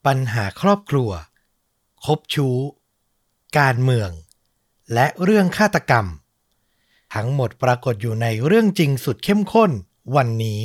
ปัญหาครอบครัวคบชู้การเมืองและเรื่องฆาตกรรมทั้งหมดปรากฏอยู่ในเรื่องจริงสุดเข้มข้นวันนี้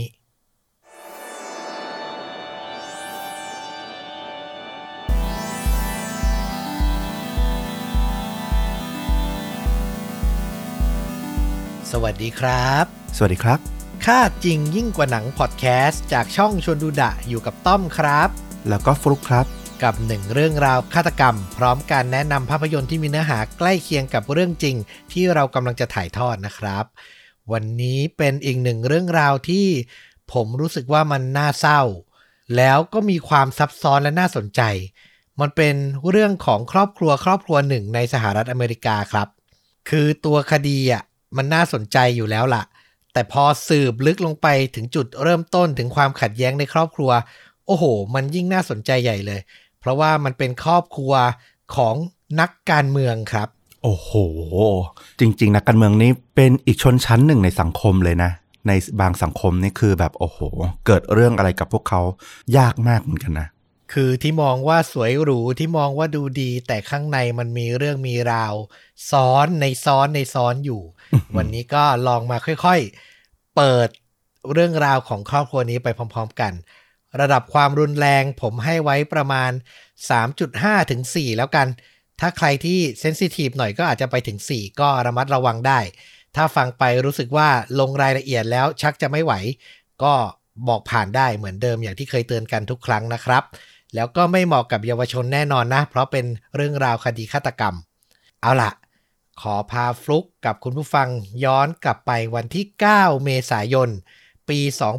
สวัสดีครับสวัสดีครับค่าจริงยิ่งกว่าหนังพอดแคสต์จากช่องชวนดูดะอยู่กับต้อมครับแล้วก็ฟลุ๊กครับกับ1เรื่องราวฆาตกรรมพร้อมการแนะนำภาพยนตร์ที่มีเนื้อหาใกล้เคียงกับเรื่องจริงที่เรากำลังจะถ่ายทอดนะครับวันนี้เป็นอีก1เรื่องราวที่ผมรู้สึกว่ามันน่าเศร้าแล้วก็มีความซับซ้อนและน่าสนใจมันเป็นเรื่องของครอบครัวหนึ่งในสหรัฐอเมริกาครับคือตัวคดีมันน่าสนใจอยู่แล้วล่ะแต่พอสืบลึกลงไปถึงจุดเริ่มต้นถึงความขัดแย้งในครอบครัวโอ้โหมันยิ่งน่าสนใจใหญ่เลยเพราะว่ามันเป็นครอบครัวของนักการเมืองครับโอ้โหจริงๆนักการเมืองนี้เป็นอีกชนชั้นหนึ่งในสังคมเลยนะในบางสังคมนี่คือแบบโอ้โหเกิดเรื่องอะไรกับพวกเขายากมากเหมือนกันนะคือที่มองว่าสวยหรูที่มองว่าดูดีแต่ข้างในมันมีเรื่องมีราวซ้อนอยู่ วันนี้ก็ลองมาค่อยๆเปิดเรื่องราวของครอบครัวนี้ไปพร้อมๆกันระดับความรุนแรงผมให้ไว้ประมาณ 3.5 ถึง 4แล้วกันถ้าใครที่เซนซิทีฟหน่อยก็อาจจะไปถึง4ก็ระมัดระวังได้ถ้าฟังไปรู้สึกว่าลงรายละเอียดแล้วชักจะไม่ไหวก็บอกผ่านได้เหมือนเดิมอย่างที่เคยเตือนกันทุกครั้งนะครับแล้วก็ไม่เหมาะกับเยาวชนแน่นอนนะเพราะเป็นเรื่องราวคดีฆาตกรรมเอาล่ะขอพาฟลุกกับคุณผู้ฟังย้อนกลับไปวันที่9เมษายนปี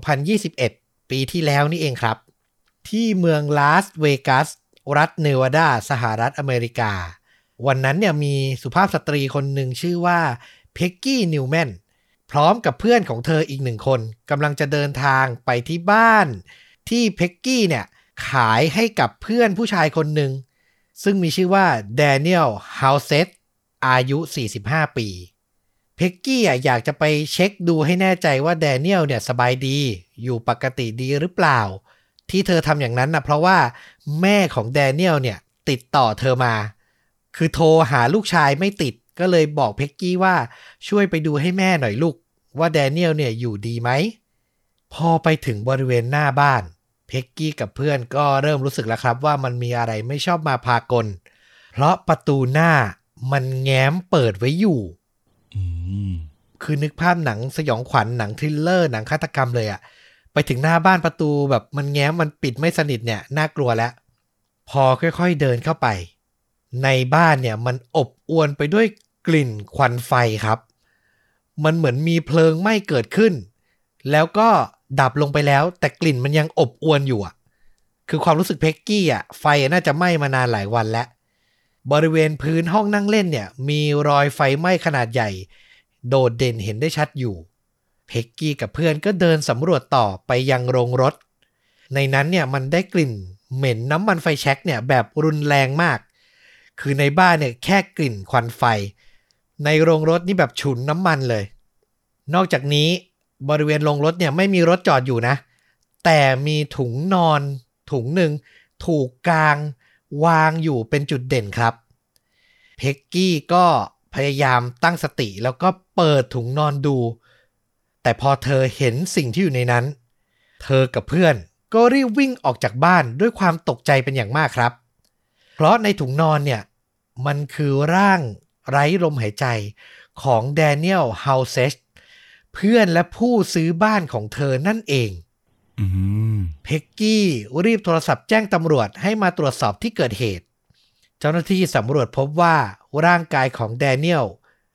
2021ปีที่แล้วนี่เองครับที่เมืองลาสเวกัสรัฐเนวาดาสหรัฐอเมริกาวันนั้นเนี่ยมีสุภาพสตรีคนหนึ่งชื่อว่าเพ็กกี้นิวแมนพร้อมกับเพื่อนของเธออีก1คนกำลังจะเดินทางไปที่บ้านที่เพ็กกี้เนี่ยขายให้กับเพื่อนผู้ชายคนหนึ่งซึ่งมีชื่อว่าแดเนียลเฮาเซตอายุ45ปีเพ็กกี้อยากจะไปเช็คดูให้แน่ใจว่าแดเนียลเนี่ยสบายดีอยู่ปกติดีหรือเปล่าที่เธอทำอย่างนั้นนะเพราะว่าแม่ของแดเนียลเนี่ยติดต่อเธอมาคือโทรหาลูกชายไม่ติดก็เลยบอกเพ็กกี้ว่าช่วยไปดูให้แม่หน่อยลูกว่าแดเนียลเนี่ยอยู่ดีไหมพอไปถึงบริเวณหน้าบ้านเพ็กกี้กับเพื่อนก็เริ่มรู้สึกแล้วครับว่ามันมีอะไรไม่ชอบมาพากลเพราะประตูหน้ามันแง้มเปิดไว้อยู่คือนึกภาพหนังสยองขวัญหนังทริลเลอร์หนังฆาตกรรมเลยไปถึงหน้าบ้านประตูแบบมันแง้มมันปิดไม่สนิทเนี่ยน่ากลัวแล้วพอค่อยๆเดินเข้าไปในบ้านเนี่ยมันอบอวลไปด้วยกลิ่นควันไฟครับมันเหมือนมีเพลิงไหม้เกิดขึ้นแล้วก็ดับลงไปแล้วแต่กลิ่นมันยังอบอวลอยู่คือความรู้สึกเพ็กกี้ไฟน่าจะไหม้มานานหลายวันแล้วบริเวณพื้นห้องนั่งเล่นเนี่ยมีรอยไฟไหม้ขนาดใหญ่โดดเด่นเห็นได้ชัดอยู่เพ็กกี้กับเพื่อนก็เดินสำรวจต่อไปยังโรงรถในนั้นเนี่ยมันได้กลิ่นเหม็นน้ำมันไฟแช็กเนี่ยแบบรุนแรงมากคือในบ้านเนี่ยแค่กลิ่นควันไฟในโรงรถนี่แบบฉุนน้ำมันเลยนอกจากนี้บริเวณโรงรถเนี่ยไม่มีรถจอดอยู่นะแต่มีถุงนอนถุงหนึ่งถูกกางวางอยู่เป็นจุดเด่นครับเพ็กกี้ก็พยายามตั้งสติแล้วก็เปิดถุงนอนดูแต่พอเธอเห็นสิ่งที่อยู่ในนั้นเธอกับเพื่อนก็รีบวิ่งออกจากบ้านด้วยความตกใจเป็นอย่างมากครับเพราะในถุงนอนเนี่ยมันคือร่างไร้ลมหายใจของแดเนียลเฮาเซชเพื่อนและผู้ซื้อบ้านของเธอนั่นเองเพ็กกี้รีบโทรศัพท์แจ้งตำรวจให้มาตรวจสอบที่เกิดเหตุเจ้าหน้าที่สำรวจพบว่าร่างกายของแดเนียล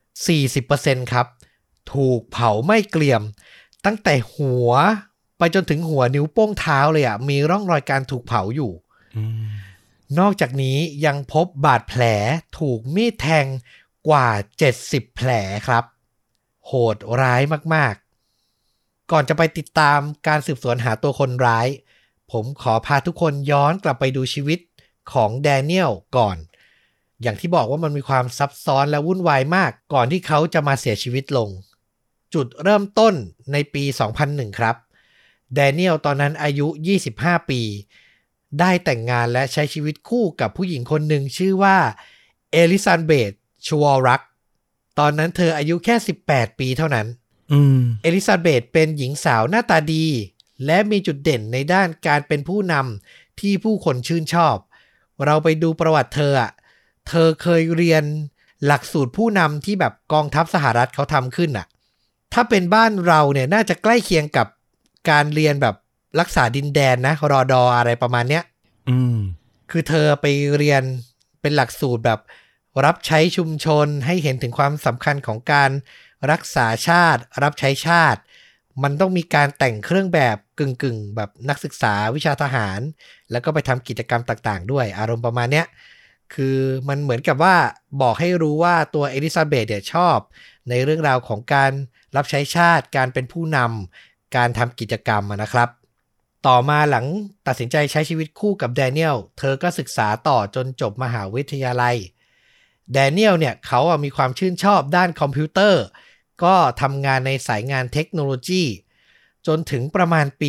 40% ครับถูกเผาไหม้เกรียมตั้งแต่หัวไปจนถึงหัวนิ้วโป้งเท้าเลยมีร่องรอยการถูกเผาอยู่นอกจากนี้ยังพบบาดแผลถูกมีดแทงกว่า70แผลครับโหดร้ายมากๆก่อนจะไปติดตามการสืบสวนหาตัวคนร้ายผมขอพาทุกคนย้อนกลับไปดูชีวิตของแดเนียลก่อนอย่างที่บอกว่ามันมีความซับซ้อนและวุ่นวายมากก่อนที่เขาจะมาเสียชีวิตลงจุดเริ่มต้นในปี 2001 ครับแดเนียลตอนนั้นอายุ25ปีได้แต่งงานและใช้ชีวิตคู่กับผู้หญิงคนหนึ่งชื่อว่าเอลิซาเบธชัวรักตอนนั้นเธออายุแค่18ปีเท่านั้นเอลิซาเบธเป็นหญิงสาวหน้าตาดีและมีจุดเด่นในด้านการเป็นผู้นำที่ผู้คนชื่นชอบเราไปดูประวัติเธอเธอเคยเรียนหลักสูตรผู้นำที่แบบกองทัพสหรัฐเขาทำขึ้นถ้าเป็นบ้านเราเนี่ยน่าจะใกล้เคียงกับการเรียนแบบรักษาดินแดนนะรอดออะไรประมาณเนี้ยคือเธอไปเรียนเป็นหลักสูตรแบบรับใช้ชุมชนให้เห็นถึงความสำคัญของการรักษาชาติรับใช้ชาติมันต้องมีการแต่งเครื่องแบบกึ่งแบบนักศึกษาวิชาทหารแล้วก็ไปทำกิจกรรมต่างๆด้วยอารมณ์ประมาณเนี้ยคือมันเหมือนกับว่าบอกให้รู้ว่าตัวเอลิซาเบธเนี่ยชอบในเรื่องราวของการรับใช้ชาติการเป็นผู้นำการทำกิจกรรมนะครับต่อมาหลังตัดสินใจใช้ชีวิตคู่กับแดเนียลเธอก็ศึกษาต่อจนจบมหาวิทยาลัยแดเนียลเนี่ยเขามีความชื่นชอบด้านคอมพิวเตอร์ก็ทำงานในสายงานเทคโนโลยีจนถึงประมาณปี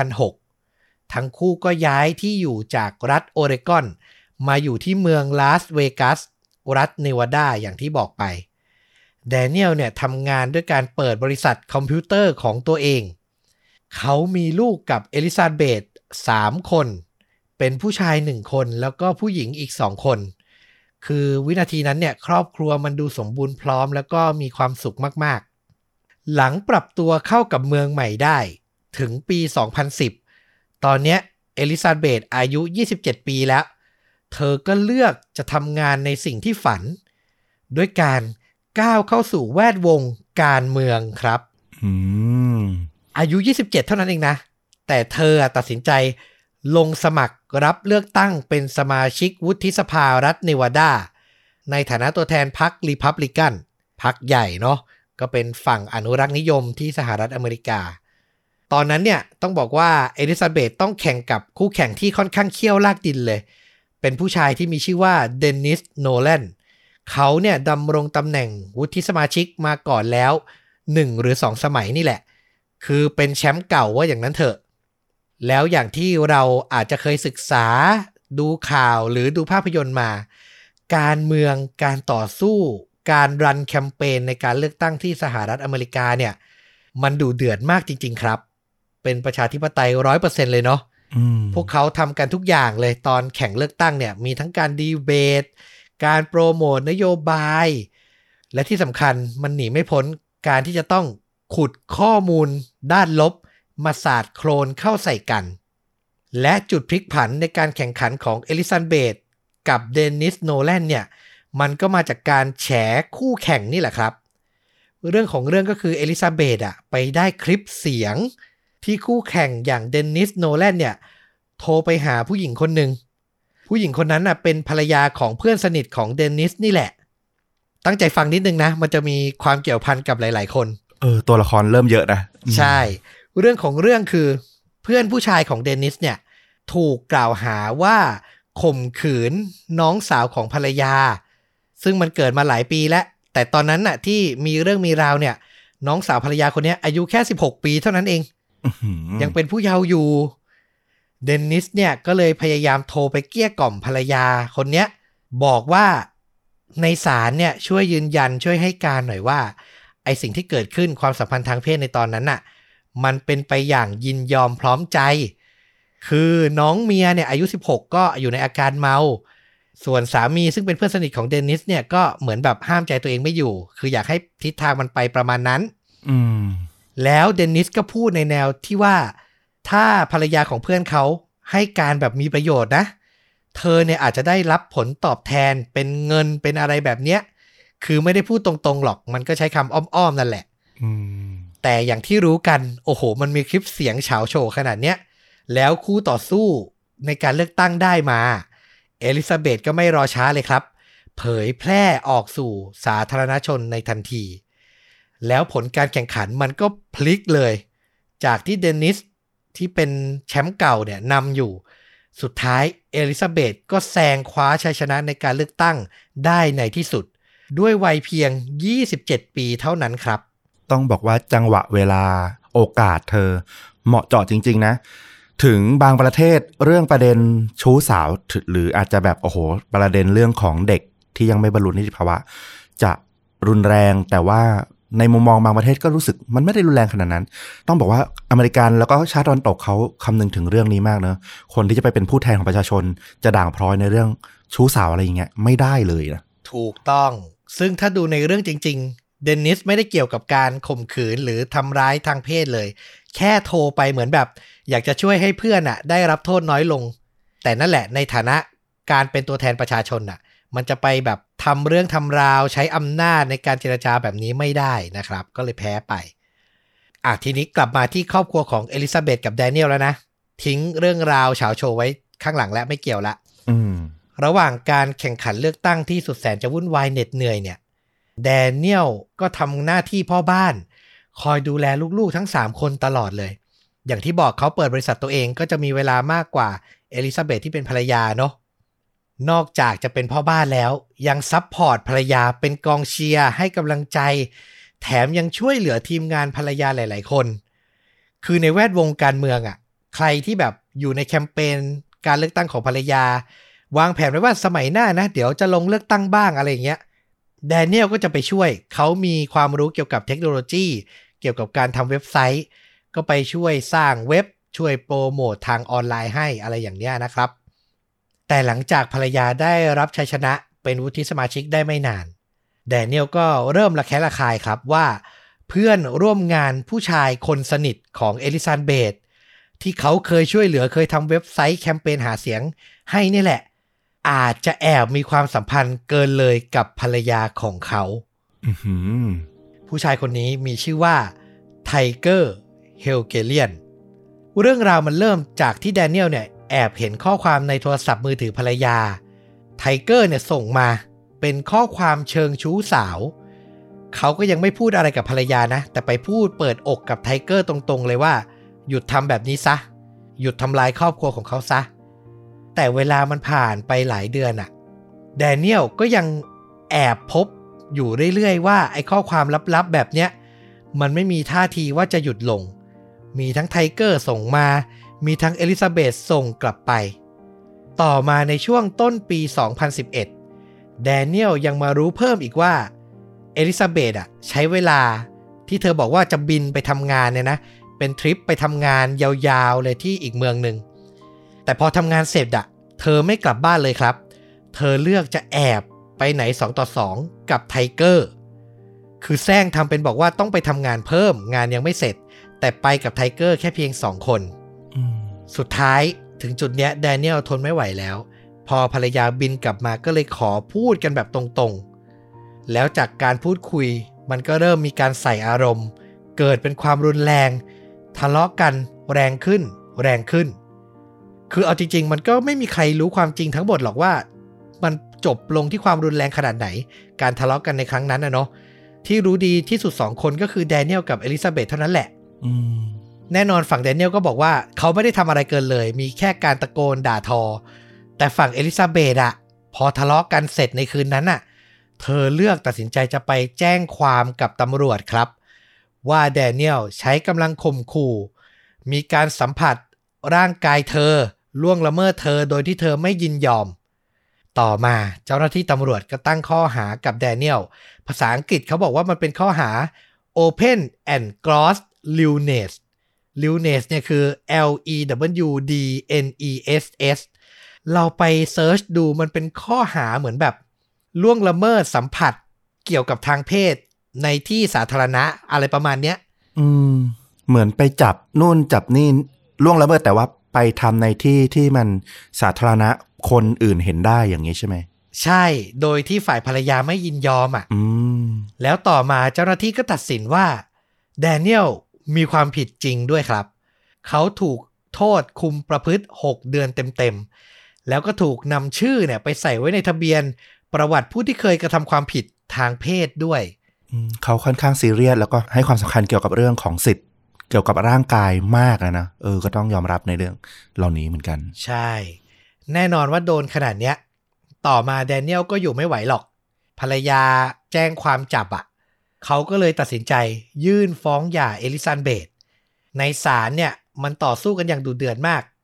2006 ทั้งคู่ก็ย้ายที่อยู่จากรัฐโอเรกอนมาอยู่ที่เมืองลาสเวกัสรัฐเนวาดาอย่างที่บอกไปแดเนียลเนี่ยทำงานด้วยการเปิดบริษัทคอมพิวเตอร์ของตัวเองเขามีลูกกับเอลิซาเบธ3 คนเป็นผู้ชาย1 คนแล้วก็ผู้หญิงอีก2 คนคือวินาทีนั้นเนี่ยครอบครัวมันดูสมบูรณ์พร้อมแล้วก็มีความสุขมากๆหลังปรับตัวเข้ากับเมืองใหม่ได้ถึงปี 2010 ตอนเนี้ยเอลิซาเบธอายุ27 ปีแล้วเธอก็เลือกจะทำงานในสิ่งที่ฝันด้วยการก้าวเข้าสู่แวดวงการเมืองครับอายุ27เท่านั้นเองนะแต่เธอตัดสินใจลงสมัครรับเลือกตั้งเป็นสมาชิกวุฒิสภารัฐเนวาดาในฐานะตัวแทนพรรครีพับลิกันพรรคใหญ่เนาะก็เป็นฝั่งอนุรักษ์นิยมที่สหรัฐอเมริกาตอนนั้นเนี่ยต้องบอกว่าเอลิซาเบธต้องแข่งกับคู่แข่งที่ค่อนข้างเขี้ยวลากดินเลยเป็นผู้ชายที่มีชื่อว่าเดนนิสโนแลนเขาเนี่ยดำรงตำแหน่งวุฒิสมาชิกมาก่อนแล้ว1 หรือ 2 สมัยนี่แหละคือเป็นแชมป์เก่าว่าอย่างนั้นเถอะแล้วอย่างที่เราอาจจะเคยศึกษาดูข่าวหรือดูภาพยนตร์มาการเมืองการต่อสู้การรันแคมเปญในการเลือกตั้งที่สหรัฐอเมริกาเนี่ยมันดุเดือดมากจริงๆครับเป็นประชาธิปไตย 100% เลยเนาะพวกเขาทำกันทุกอย่างเลยตอนแข่งเลือกตั้งเนี่ยมีทั้งการดีเบตการโปรโมทนโยบายและที่สำคัญมันหนีไม่พ้นการที่จะต้องขุดข้อมูลด้านลบมาสาดโคลนเข้าใส่กันและจุดพลิกผันในการแข่งขันของเอลิซาเบธกับเดนิสโนแลนเนี่ยมันก็มาจากการแฉคู่แข่งนี่แหละครับเรื่องของเรื่องก็คือเอลิซาเบธไปได้คลิปเสียงที่คู่แข่งอย่างเดนิสโนแลนเนี่ยโทรไปหาผู้หญิงคนหนึ่งผู้หญิงคนนั้นเป็นภรรยาของเพื่อนสนิทของเดนิสนี่แหละตั้งใจฟังนิดนึงนะมันจะมีความเกี่ยวพันกับหลายๆคนตัวละครเริ่มเยอะนะใช่เรื่องของเรื่องคือเพื่อนผู้ชายของเดนิสเนี่ยถูกกล่าวหาว่าข่มขืนน้องสาวของภรรยาซึ่งมันเกิดมาหลายปีแล้วแต่ตอนนั้นน่ะที่มีเรื่องมีราวเนี่ยน้องสาวภรรยาคนนี้อายุแค่16 ปีเท่านั้นเองยังเป็นผู้เยาว์อยู่เดนิสเนี่ยก็เลยพยายามโทรไปเกลี้ยกล่อมภรรยาคนเนี้ยบอกว่าในศาลเนี่ยช่วยยืนยันช่วยให้การหน่อยว่าไอสิ่งที่เกิดขึ้นความสัมพันธ์ทางเพศในตอนนั้นน่ะมันเป็นไปอย่างยินยอมพร้อมใจคือน้องเมียเนี่ยอายุ16ก็อยู่ในอาการเมาส่วนสามีซึ่งเป็นเพื่อนสนิทของเดนิสเนี่ยก็เหมือนแบบห้ามใจตัวเองไม่อยู่คืออยากให้ทิศทางมันไปประมาณนั้นแล้วเดนิสก็พูดในแนวที่ว่าถ้าภรรยาของเพื่อนเขาให้การแบบมีประโยชน์นะเธอเนี่ยอาจจะได้รับผลตอบแทนเป็นเงินเป็นอะไรแบบเนี้ยคือไม่ได้พูดตรงๆหรอกมันก็ใช้คำอ้อมๆนั่นแหละแต่อย่างที่รู้กันโอ้โหมันมีคลิปเสียงเฉาโชว์ขนาดเนี้ยแล้วคู่ต่อสู้ในการเลือกตั้งได้มาเอลิซาเบธก็ไม่รอช้าเลยครับเผยแพร่ออกสู่สาธารณชนในทันทีแล้วผลการแข่งขันมันก็พลิกเลยจากที่เดนิสที่เป็นแชมป์เก่าเนี่ยนำอยู่สุดท้ายเอลิซาเบธก็แซงคว้าชัยชนะในการเลือกตั้งได้ในที่สุดด้วยวัยเพียง27 ปีเท่านั้นครับต้องบอกว่าจังหวะเวลาโอกาสเธอเหมาะเจาะจริงๆนะถึงบางประเทศเรื่องประเด็นชู้สาวหรืออาจจะแบบโอ้โหประเด็นเรื่องของเด็กที่ยังไม่บรรลุนิติภาวะจะรุนแรงแต่ว่าในมุมมองบางประเทศก็รู้สึกมันไม่ได้รุนแรงขนาดนั้นต้องบอกว่าอเมริกันแล้วก็ชาติตะวันตกเขาคำนึงถึงเรื่องนี้มากเนอะคนที่จะไปเป็นผู้แทนของประชาชนจะด่างพร้อยในเรื่องชู้สาวอะไรอย่างเงี้ยไม่ได้เลยนะถูกต้องซึ่งถ้าดูในเรื่องจริงๆเดนนิสไม่ได้เกี่ยวกับการข่มขืนหรือทำร้ายทางเพศเลยแค่โทรไปเหมือนแบบอยากจะช่วยให้เพื่อนได้รับโทษน้อยลงแต่นั่นแหละในฐานะการเป็นตัวแทนประชาชนมันจะไปแบบทำเรื่องทำราวใช้อำนาจในการเจรจาแบบนี้ไม่ได้นะครับก็เลยแพ้ไปทีนี้กลับมาที่ครอบครัวของเอลิซาเบธกับแดเนียลแล้วนะทิ้งเรื่องราวเฉาโชว์ไว้ข้างหลังและไม่เกี่ยวละระหว่างการแข่งขันเลือกตั้งที่สุดแสนจะวุ่นวายเหน็ดเหนื่อยเนี่ยแดเนียลก็ทำหน้าที่พ่อบ้านคอยดูแลลูกๆทั้ง3คนตลอดเลยอย่างที่บอกเขาเปิดบริษัทตัวเองก็จะมีเวลามากกว่าเอลิซาเบธที่เป็นภรรยาเนาะนอกจากจะเป็นพ่อบ้านแล้วยังซัพพอร์ตภรรยาเป็นกองเชียร์ให้กำลังใจแถมยังช่วยเหลือทีมงานภรรยาหลายๆคนคือในแวดวงการเมืองใครที่แบบอยู่ในแคมเปญการเลือกตั้งของภรรยาวางแผนไว้ว่าสมัยหน้านะเดี๋ยวจะลงเลือกตั้งบ้างอะไรอย่างเงี้ยแดเนียลก็จะไปช่วยเขามีความรู้เกี่ยวกับเทคโนโลยีเกี่ยวกับการทำเว็บไซต์ก็ไปช่วยสร้างเว็บช่วยโปรโมททางออนไลน์ให้อะไรอย่างเนี้ยนะครับแต่หลังจากภรรยาได้รับชัยชนะเป็นวุฒิสมาชิกได้ไม่นานแดเนียลก็เริ่มระแคะระคายครับว่าเพื่อนร่วมงานผู้ชายคนสนิทของเอลิซาเบธที่เขาเคยช่วยเหลือเคยทำเว็บไซต์แคมเปญหาเสียงให้นี่แหละอาจจะแอบมีความสัมพันธ์เกินเลยกับภรรยาของเขาผู้ชายคนนี้มีชื่อว่าไทเกอร์เฮลเกเลียนเรื่องราวมันเริ่มจากที่แดเนียลเนี่ยแอบเห็นข้อความในโทรศัพท์มือถือภรรยาไทเกอร์เนี่ยส่งมาเป็นข้อความเชิงชู้สาวเขาก็ยังไม่พูดอะไรกับภรรยานะแต่ไปพูดเปิดอกกับไทเกอร์ตรงๆเลยว่าหยุดทำแบบนี้ซะหยุดทำลายครอบครัวของเขาซะแต่เวลามันผ่านไปหลายเดือนแดเนียลก็ยังแอบพบอยู่เรื่อยๆว่าไอ้ข้อความลับๆแบบเนี้ยมันไม่มีท่าทีว่าจะหยุดลงมีทั้งไทเกอร์ส่งมามีทั้งเอลิซาเบธส่งกลับไปต่อมาในช่วงต้นปี 2011 แดเนียลยังมารู้เพิ่มอีกว่าเอลิซาเบธใช้เวลาที่เธอบอกว่าจะบินไปทำงานเนี่ยนะเป็นทริปไปทำงานยาวๆเลยที่อีกเมืองหนึ่งแต่พอทำงานเสร็จเธอไม่กลับบ้านเลยครับเธอเลือกจะแอบไปไหน2 ต่อ 2กับไทเกอร์คือแซงทำเป็นบอกว่าต้องไปทำงานเพิ่มงานยังไม่เสร็จแต่ไปกับไทเกอร์แค่เพียง2 คนสุดท้ายถึงจุดเนี้ยแดเนียลทนไม่ไหวแล้วพอภรรยาบินกลับมาก็เลยขอพูดกันแบบตรงๆแล้วจากการพูดคุยมันก็เริ่มมีการใส่อารมณ์เกิดเป็นความรุนแรงทะเลาะกันแรงขึ้นคือเอาจริงๆมันก็ไม่มีใครรู้ความจริงทั้งหมดหรอกว่ามันจบลงที่ความรุนแรงขนาดไหนการทะเลาะกันในครั้งนั้นเนาะที่รู้ดีที่สุด2 คนก็คือแดเนียลกับเอลิซาเบธเท่านั้นแหละแน่นอนฝั่งแดเนียลก็บอกว่าเขาไม่ได้ทำอะไรเกินเลยมีแค่การตะโกนด่าทอแต่ฝั่งเอลิซาเบธพอทะเลาะกันเสร็จในคืนนั้นเธอเลือกตัดสินใจจะไปแจ้งความกับตำรวจครับว่าแดเนียลใช้กำลังข่มขู่มีการสัมผัสร่างกายเธอล่วงละเมิดเธอโดยที่เธอไม่ยินยอมต่อมาเจ้าหน้าที่ตำรวจก็ตั้งข้อหากับแดเนียลภาษาอังกฤษเขาบอกว่ามันเป็นข้อหา Open and Gross Lewdness เนี่ยคือ LEWDNESS เราไปเซิร์ชดูมันเป็นข้อหาเหมือนแบบล่วงละเมิดสัมผัสเกี่ยวกับทางเพศในที่สาธารณะอะไรประมาณเนี้ยเหมือนไปจับนู่นจับนี่ล่วงละเมิดแต่ว่าไปทำในที่ที่มันสาธารณะคนอื่นเห็นได้อย่างนี้ใช่ไหมใช่โดยที่ฝ่ายภรรยาไม่ยินยอมแล้วต่อมาเจ้าหน้าที่ก็ตัดสินว่าแดเนียลมีความผิดจริงด้วยครับเขาถูกโทษคุมประพฤติ6 เดือนเต็มๆแล้วก็ถูกนำชื่อเนี่ยไปใส่ไว้ในทะเบียนประวัติผู้ที่เคยกระทำความผิดทางเพศด้วยเขาค่อนข้างซีเรียสแล้วก็ให้ความสำคัญเกี่ยวกับเรื่องของสิทธิ์เกี่ยวกับร่างกายมากนะก็ต้องยอมรับในเรื่องเหล่านี้เหมือนกันใช่แน่นอนว่าโดนขนาดเนี้ยต่อมาแดเนียลก็อยู่ไม่ไหวหรอกภรรยาแจ้งความจับเขาก็เลยตัดสินใจยื่นฟ้องหย่าเอลิซาเบธในศาลเนี่ยมันต่อสู้กันอย่างดุเดือดมาก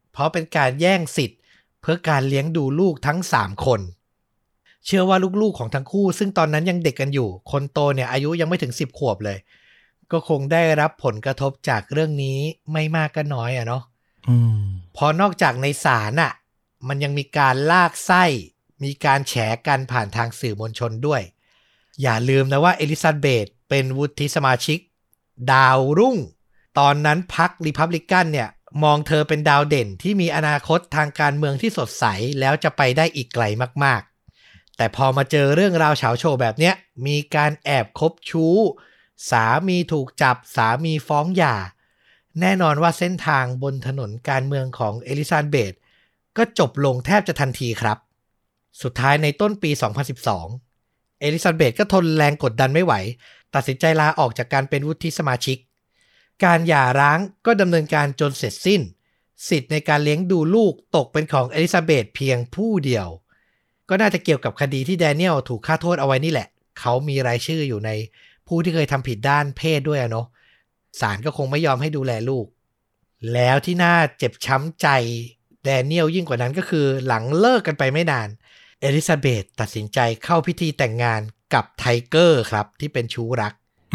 เพราะเป็นการแย่งสิทธิ์เพื่อการเลี้ยงดูลูกทั้ง3คนเชื่อว่าลูกๆของทั้งคู่ซึ่งตอนนั้นยังเด็กกันอยู่คนโตเนี่ยอายุยังไม่ถึง10 ขวบเลยก็คงได้รับผลกระทบจากเรื่องนี้ไม่มากก็น้อยเนาะพอนอกจากในศาลมันยังมีการลากไส้มีการแฉกันผ่านทางสื่อมวลชนด้วยอย่าลืมนะว่าเอลิซาเบธเป็นวุฒิสมาชิกดาวรุ่งตอนนั้นพรรครีพับลิกันเนี่ยมองเธอเป็นดาวเด่นที่มีอนาคตทางการเมืองที่สดใสแล้วจะไปได้อีกไกลมากๆแต่พอมาเจอเรื่องราวเฉาโชว์แบบเนี้ยมีการแอบคบชู้สามีถูกจับสามีฟ้องหย่าแน่นอนว่าเส้นทางบนถนนการเมืองของเอลิซาเบธก็จบลงแทบจะทันทีครับสุดท้ายในต้นปี 2012 เอลิซาเบธก็ทนแรงกดดันไม่ไหวตัดสินใจลาออกจากการเป็นวุฒิสมาชิกการหย่าร้างก็ดำเนินการจนเสร็จสิ้นสิทธิ์ในการเลี้ยงดูลูกตกเป็นของเอลิซาเบธเพียงผู้เดียวก็น่าจะเกี่ยวกับคดีที่แดเนียลถูกฆ่าโทษเอาไว้นี่แหละเขามีรายชื่ออยู่ในผู้ที่เคยทำผิดด้านเพศด้วยเนาะศาลก็คงไม่ยอมให้ดูแลลูกแล้วที่น่าเจ็บช้ำใจแดเนียลยิ่งกว่านั้นก็คือหลังเลิกกันไปไม่นานเอลิซาเบธตัดสินใจเข้าพิธีแต่งงานกับไทเกอร์ครับที่เป็นชู้รัก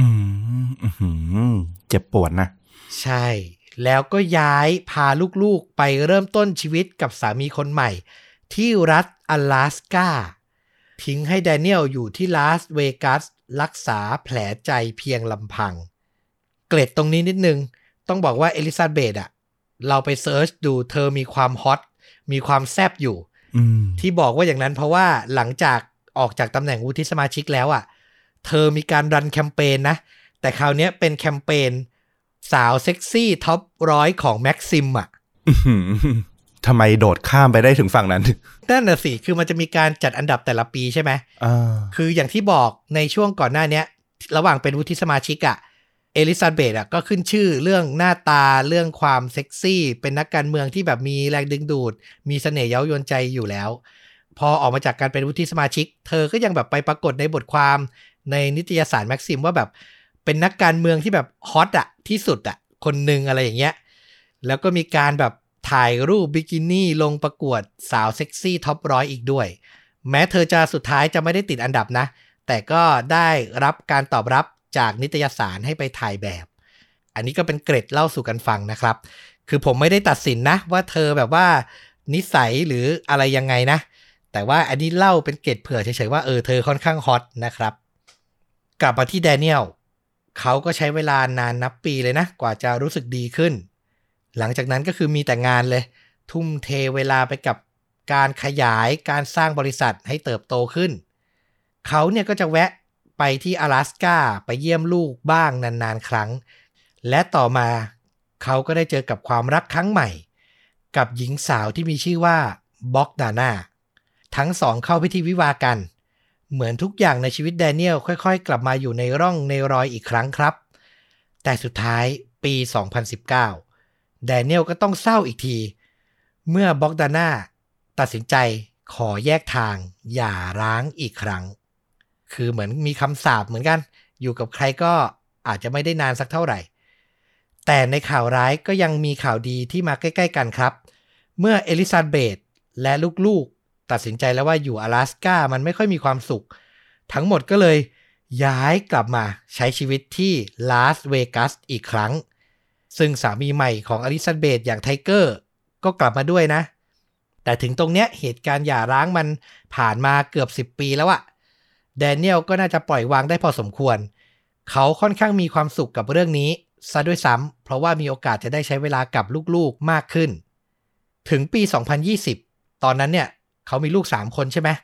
เจ็บปวดนะใช่แล้วก็ย้ายพาลูกๆไปเริ่มต้นชีวิตกับสามีคนใหม่ที่รัฐ阿拉สกาทิ้งให้แดเนียลอยู่ที่ลาสเวกัสรักษาแผลใจเพียงลำพังเกร็ดตรงนี้นิดนึงต้องบอกว่าเอลิซาเบธเราไปเซิร์ชดูเธอมีความฮอตมีความแซ่บอยู่ที่บอกว่าอย่างนั้นเพราะว่าหลังจากออกจากตำแหน่งวุฒิสมาชิกแล้วเธอมีการรันแคมเปญนะแต่คราวนี้เป็นแคมเปญสาวเซ็กซี่ท็อป100ของแม็กซิมทำไมโดดข้ามไปได้ถึงฝั่งนั้นนั่นน่ะสิคือมันจะมีการจัดอันดับแต่ละปีใช่ไหมคืออย่างที่บอกในช่วงก่อนหน้านี้ระหว่างเป็นวุฒิสมาชิกเอลิซาเบธก็ขึ้นชื่อเรื่องหน้าตาเรื่องความเซ็กซี่เป็นนักการเมืองที่แบบมีแรงดึงดูดมีเสน่ห์เย้ายวนใจอยู่แล้วพอออกมาจากการเป็นวุฒิสมาชิกเธอก็ยังแบบไปปรากฏในบทความในนิตยสารแม็กซิมว่าแบบเป็นนักการเมืองที่แบบฮอตที่สุดคนหนึ่งอะไรอย่างเงี้ยแล้วก็มีการแบบถ่ายรูปบิกินี่ลงประกวดสาวเซ็กซี่ท็อป100อีกด้วยแม้เธอจะสุดท้ายจะไม่ได้ติดอันดับนะแต่ก็ได้รับการตอบรับจากนิตยสารให้ไปถ่ายแบบอันนี้ก็เป็นเกร็ดเล่าสู่กันฟังนะครับคือผมไม่ได้ตัดสินนะว่าเธอแบบว่านิสัยหรืออะไรยังไงนะแต่ว่าอันนี้เล่าเป็นเกร็ดเผื่อเฉยๆว่าเธอค่อนข้างฮอตนะครับกลับมาที่แดเนียลเขาก็ใช้เวลานานนับปีเลยนะกว่าจะรู้สึกดีขึ้นหลังจากนั้นก็คือมีแต่งานเลยทุ่มเทเวลาไปกับการขยายการสร้างบริษัทให้เติบโตขึ้นเขาเนี่ยก็จะแวะไปที่阿拉斯กาไปเยี่ยมลูกบ้างนานๆครั้งและต่อมาเขาก็ได้เจอกับความรักครั้งใหม่กับหญิงสาวที่มีชื่อว่าบ็อกดาน่าทั้งสองเข้าพิธีวิวาห์กันเหมือนทุกอย่างในชีวิตแดเนียลค่อยๆกลับมาอยู่ในร่องในรอยอีกครั้งครับแต่สุดท้ายปี 2019 แดเนียลก็ต้องเศร้าอีกทีเมื่อบ็อกดาน่าตัดสินใจขอแยกทางหย่าร้างอีกครั้งคือเหมือนมีคำสาปเหมือนกันอยู่กับใครก็อาจจะไม่ได้นานสักเท่าไหร่แต่ในข่าวร้ายก็ยังมีข่าวดีที่มาใกล้ๆกันครับเมื่อเอลิซาเบธและลูกๆตัดสินใจแล้วว่าอยู่阿拉斯กามันไม่ค่อยมีความสุขทั้งหมดก็เลยย้ายกลับมาใช้ชีวิตที่ลาสเวกัสอีกครั้งซึ่งสามีใหม่ของเอลิซาเบธอย่างไทเกอร์ก็กลับมาด้วยนะแต่ถึงตรงเนี้ยเหตุการณ์หย่าร้างมันผ่านมาเกือบ10 ปีแล้วแดเนียลก็น่าจะปล่อยวางได้พอสมควรเขาค่อนข้างมีความสุขกับเรื่องนี้ซะด้วยซ้ำเพราะว่ามีโอกาสจะได้ใช้เวลากับลูกๆมากขึ้นถึงปี 2020 ตอนนั้นเนี่ยเขามีลูก3 คนใช่ไหม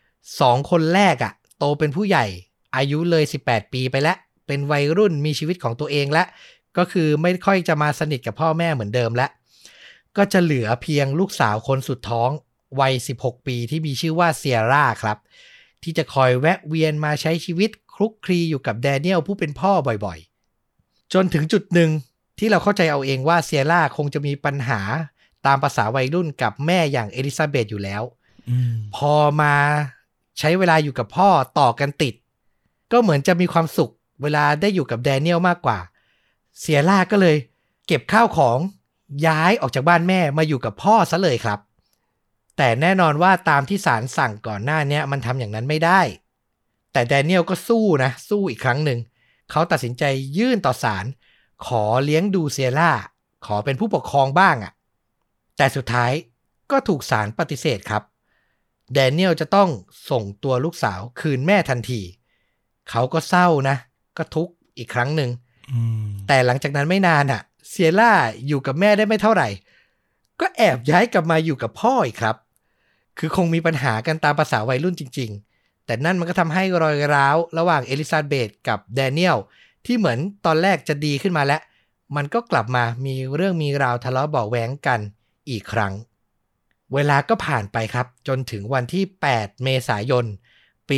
2 คนแรกโตเป็นผู้ใหญ่อายุเลย18 ปีไปแล้วเป็นวัยรุ่นมีชีวิตของตัวเองแล้วก็คือไม่ค่อยจะมาสนิทกับพ่อแม่เหมือนเดิมแล้วก็จะเหลือเพียงลูกสาวคนสุดท้องวัย16 ปีที่มีชื่อว่าเซียร่าครับที่จะคอยแวะเวียนมาใช้ชีวิตคลุกคลีอยู่กับแดเนียลผู้เป็นพ่อบ่อยๆจนถึงจุดหนึ่งที่เราเข้าใจเอาเองว่าเซียร่าคงจะมีปัญหาตามภาษาวัยรุ่นกับแม่อย่างเอลิซาเบธอยู่แล้วพอมาใช้เวลาอยู่กับพ่อต่อกันติดก็เหมือนจะมีความสุขเวลาได้อยู่กับแดเนียลมากกว่าเซียร่าก็เลยเก็บข้าวของย้ายออกจากบ้านแม่มาอยู่กับพ่อซะเลยครับแต่แน่นอนว่าตามที่ศาลสั่งก่อนหน้านี้มันทำอย่างนั้นไม่ได้แต่แดเนียลก็สู้อีกครั้งหนึ่งเขาตัดสินใจยื่นต่อศาลขอเลี้ยงดูเซียร่าขอเป็นผู้ปกครองบ้างแต่สุดท้ายก็ถูกศาลปฏิเสธครับแดเนียลจะต้องส่งตัวลูกสาวคืนแม่ทันทีเขาก็เศร้านะก็ทุกข์อีกครั้งหนึ่งแต่หลังจากนั้นไม่นานเซียร่าอยู่กับแม่ได้ไม่เท่าไหร่ก็แอบย้ายกลับมาอยู่กับพ่ออีกครับคือคงมีปัญหากันตามภาษาวัยรุ่นจริงๆแต่นั่นมันก็ทำให้รอยร้าวระหว่างเอลิซาเบธกับแดเนียลที่เหมือนตอนแรกจะดีขึ้นมาแล้วมันก็กลับมามีเรื่องมีราวทะเลาะเบาะแว้งกันอีกครั้งเวลาก็ผ่านไปครับจนถึงวันที่8เมษายนปี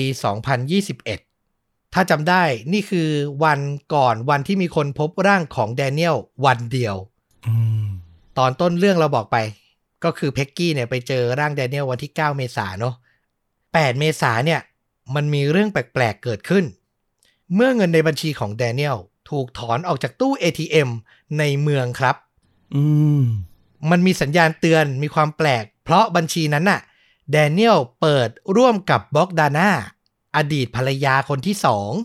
2021ถ้าจำได้นี่คือวันก่อนวันที่มีคนพบร่างของแดเนียลวันเดียวตอนต้นเรื่องเราบอกไปก็คือเพ็กกี้เนี่ยไปเจอร่างแดเนียลวันที่9เมษายนเนาะ8เมษายนเนี่ยมันมีเรื่องแปลกๆเกิดขึ้นเมื่อเงินในบัญชีของแดเนียลถูกถอนออกจากตู้ ATM ในเมืองครับมันมีสัญญาณเตือนมีความแปลกเพราะบัญชีนั้นน่ะแดเนียลเปิดร่วมกับบล็อกดาน่าอดีตภรรยาคนที่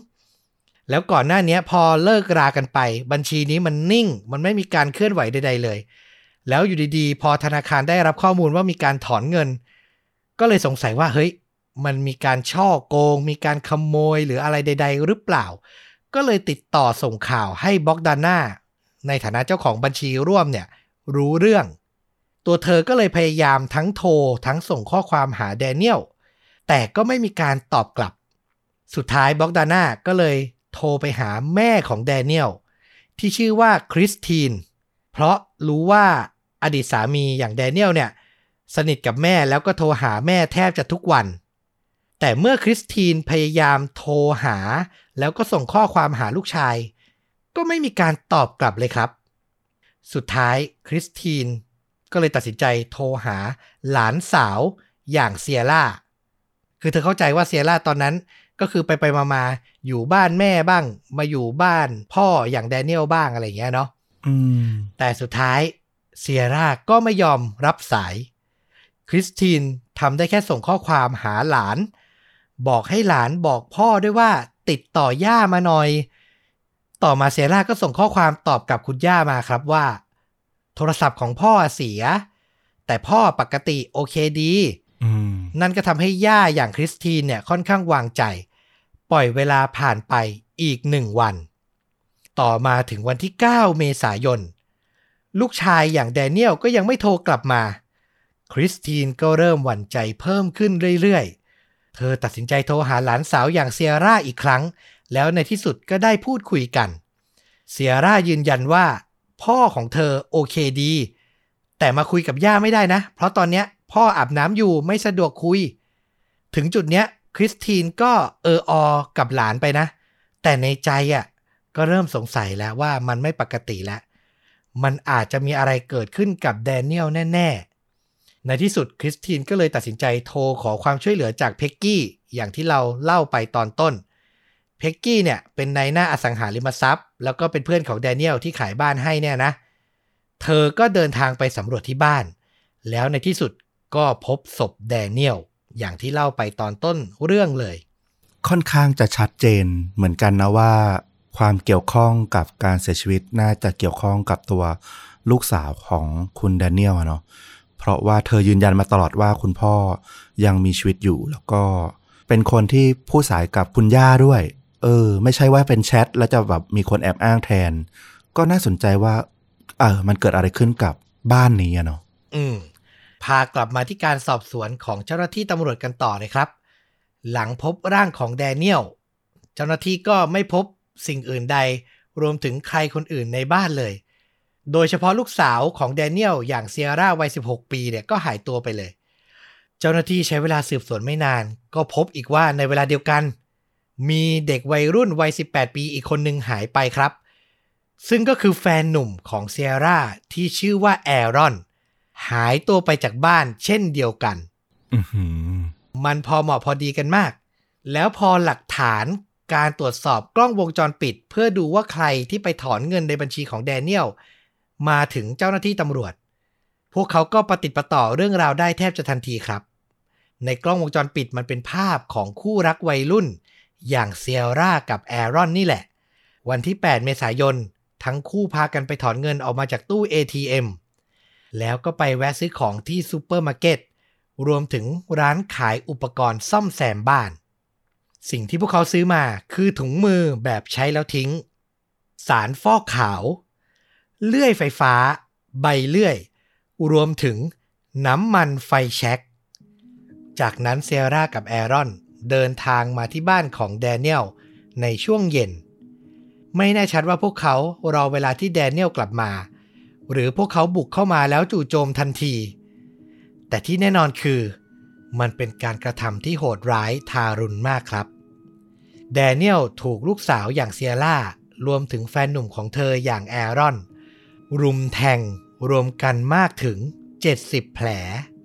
2แล้วก่อนหน้านี้พอเลิกรากันไปบัญชีนี้มันนิ่งมันไม่มีการเคลื่อนไหวใดๆเลยแล้วอยู่ดีๆพอธนาคารได้รับข้อมูลว่ามีการถอนเงินก็เลยสงสัยว่าเฮ้ยมันมีการช่อโกงมีการขโมยหรืออะไรใดๆหรือเปล่าก็เลยติดต่อส่งข่าวให้บล็อกดาน่าในฐานะเจ้าของบัญชีร่วมเนี่ยรู้เรื่องตัวเธอก็เลยพยายามทั้งโทรทั้งส่งข้อความหาแดเนียลแต่ก็ไม่มีการตอบกลับสุดท้ายบล็อกดาน่าก็เลยโทรไปหาแม่ของแดเนียลที่ชื่อว่าคริสตินเพราะรู้ว่าอดีตสามีอย่างแดเนียลเนี่ยสนิทกับแม่แล้วก็โทรหาแม่แทบจะทุกวันแต่เมื่อคริสตินพยายามโทรหาแล้วก็ส่งข้อความหาลูกชายก็ไม่มีการตอบกลับเลยครับสุดท้ายคริสตินก็เลยตัดสินใจโทรหาหลานสาวอย่างเซียร่าคือเธอเข้าใจว่าเซียร่าตอนนั้นก็คือไปมาอยู่บ้านแม่บ้างมาอยู่บ้านพ่ออย่างแดเนียลบ้างอะไรอย่างเงี้ยเนาะแต่สุดท้ายเซียร่าก็ไม่ยอมรับสายคริสตินทำได้แค่ส่งข้อความหาหลานบอกให้หลานบอกพ่อด้วยว่าติดต่อย่ามาหน่อยต่อมาเซียร่าก็ส่งข้อความตอบกับคุณย่ามาครับว่าโทรศัพท์ของพ่อเสียแต่พ่อปกติโอเคดีนั่นก็ทำให้ย่าอย่างคริสตินเนี่ยค่อนข้างวางใจปล่อยเวลาผ่านไปอีก1วันต่อมาถึงวันที่9เมษายนลูกชายอย่างแดเนียลก็ยังไม่โทรกลับมาคริสตินก็เริ่มหวั่นใจเพิ่มขึ้นเรื่อยๆเธอตัดสินใจโทรหาหลานสาวอย่างเซียร่าอีกครั้งแล้วในที่สุดก็ได้พูดคุยกันเซียร่ายืนยันว่าพ่อของเธอโอเคดีแต่มาคุยกับย่าไม่ได้นะเพราะตอนเนี้ยพ่ออาบน้ำอยู่ไม่สะดวกคุยถึงจุดเนี้ยคริสตินก็กับหลานไปนะแต่ในใจก็เริ่มสงสัยแล้วว่ามันไม่ปกติแล้วมันอาจจะมีอะไรเกิดขึ้นกับแดเนียลแน่ๆในที่สุดคริสตินก็เลยตัดสินใจโทรขอความช่วยเหลือจากเพ็กกี้อย่างที่เราเล่าไปตอนต้นเพ็กกี้เนี่ยเป็นนายหน้าอสังหาริมทรัพย์แล้วก็เป็นเพื่อนของแดเนียลที่ขายบ้านให้เนี่ยนะเธอก็เดินทางไปสำรวจที่บ้านแล้วในที่สุดก็พบศพแดเนียลอย่างที่เล่าไปตอนต้นเรื่องเลยค่อนข้างจะชัดเจนเหมือนกันนะว่าความเกี่ยวข้องกับการเสียชีวิตน่าจะเกี่ยวข้องกับตัวลูกสาวของคุณแดเนียลเนาะเพราะว่าเธอยืนยันมาตลอดว่าคุณพ่อยังมีชีวิตอยู่แล้วก็เป็นคนที่พูดสายกับคุณย่าด้วยไม่ใช่ว่าเป็นแชทแล้วจะแบบมีคนแอบอ้างแทนก็น่าสนใจว่ามันเกิดอะไรขึ้นกับบ้านนี้เนาะพากลับมาที่การสอบสวนของเจ้าหน้าที่ตำรวจกันต่อเลยครับหลังพบร่างของแดเนียลเจ้าหน้าที่ก็ไม่พบสิ่งอื่นใดรวมถึงใครคนอื่นในบ้านเลยโดยเฉพาะลูกสาวของแดเนียลอย่างเซียร่าวัย16ปีเนี่ยก็หายตัวไปเลยเจ้าหน้าที่ใช้เวลาสืบสวนไม่นานก็พบอีกว่าในเวลาเดียวกันมีเด็กวัยรุ่นวัย18ปีอีกคนนึงหายไปครับซึ่งก็คือแฟนหนุ่มของเซียร่าที่ชื่อว่าแอรอนหายตัวไปจากบ้านเช่นเดียวกันมันพอเหมาะพอดีกันมากแล้วพอหลักฐานการตรวจสอบกล้องวงจรปิดเพื่อดูว่าใครที่ไปถอนเงินในบัญชีของแดเนียลมาถึงเจ้าหน้าที่ตำรวจพวกเขาก็ประติดประต่อเรื่องราวได้แทบจะทันทีครับในกล้องวงจรปิดมันเป็นภาพของคู่รักวัยรุ่นอย่างเซียร่ากับแอรอนนี่แหละวันที่8เมษายนทั้งคู่พากันไปถอนเงินออกมาจากตู้ ATM แล้วก็ไปแวะซื้อของที่ซูเปอร์มาร์เก็ตรวมถึงร้านขายอุปกรณ์ซ่อมแซมบ้านสิ่งที่พวกเขาซื้อมาคือถุงมือแบบใช้แล้วทิ้งสารฟอกขาวเลื่อยไฟฟ้าใบเลื่อยรวมถึงน้ำมันไฟแช็กจากนั้นเซียร่ากับแอรอนเดินทางมาที่บ้านของแดเนียลในช่วงเย็นไม่แน่ชัดว่าพวกเขารอเวลาที่แดเนียลกลับมาหรือพวกเขาบุกเข้ามาแล้วจู่โจมทันทีแต่ที่แน่นอนคือมันเป็นการกระทำที่โหดร้ายทารุณมากครับแดเนียลถูกลูกสาวอย่างเซียร่ารวมถึงแฟนหนุ่มของเธออย่างแอรอนรุมแทงรวมกันมากถึง70แผล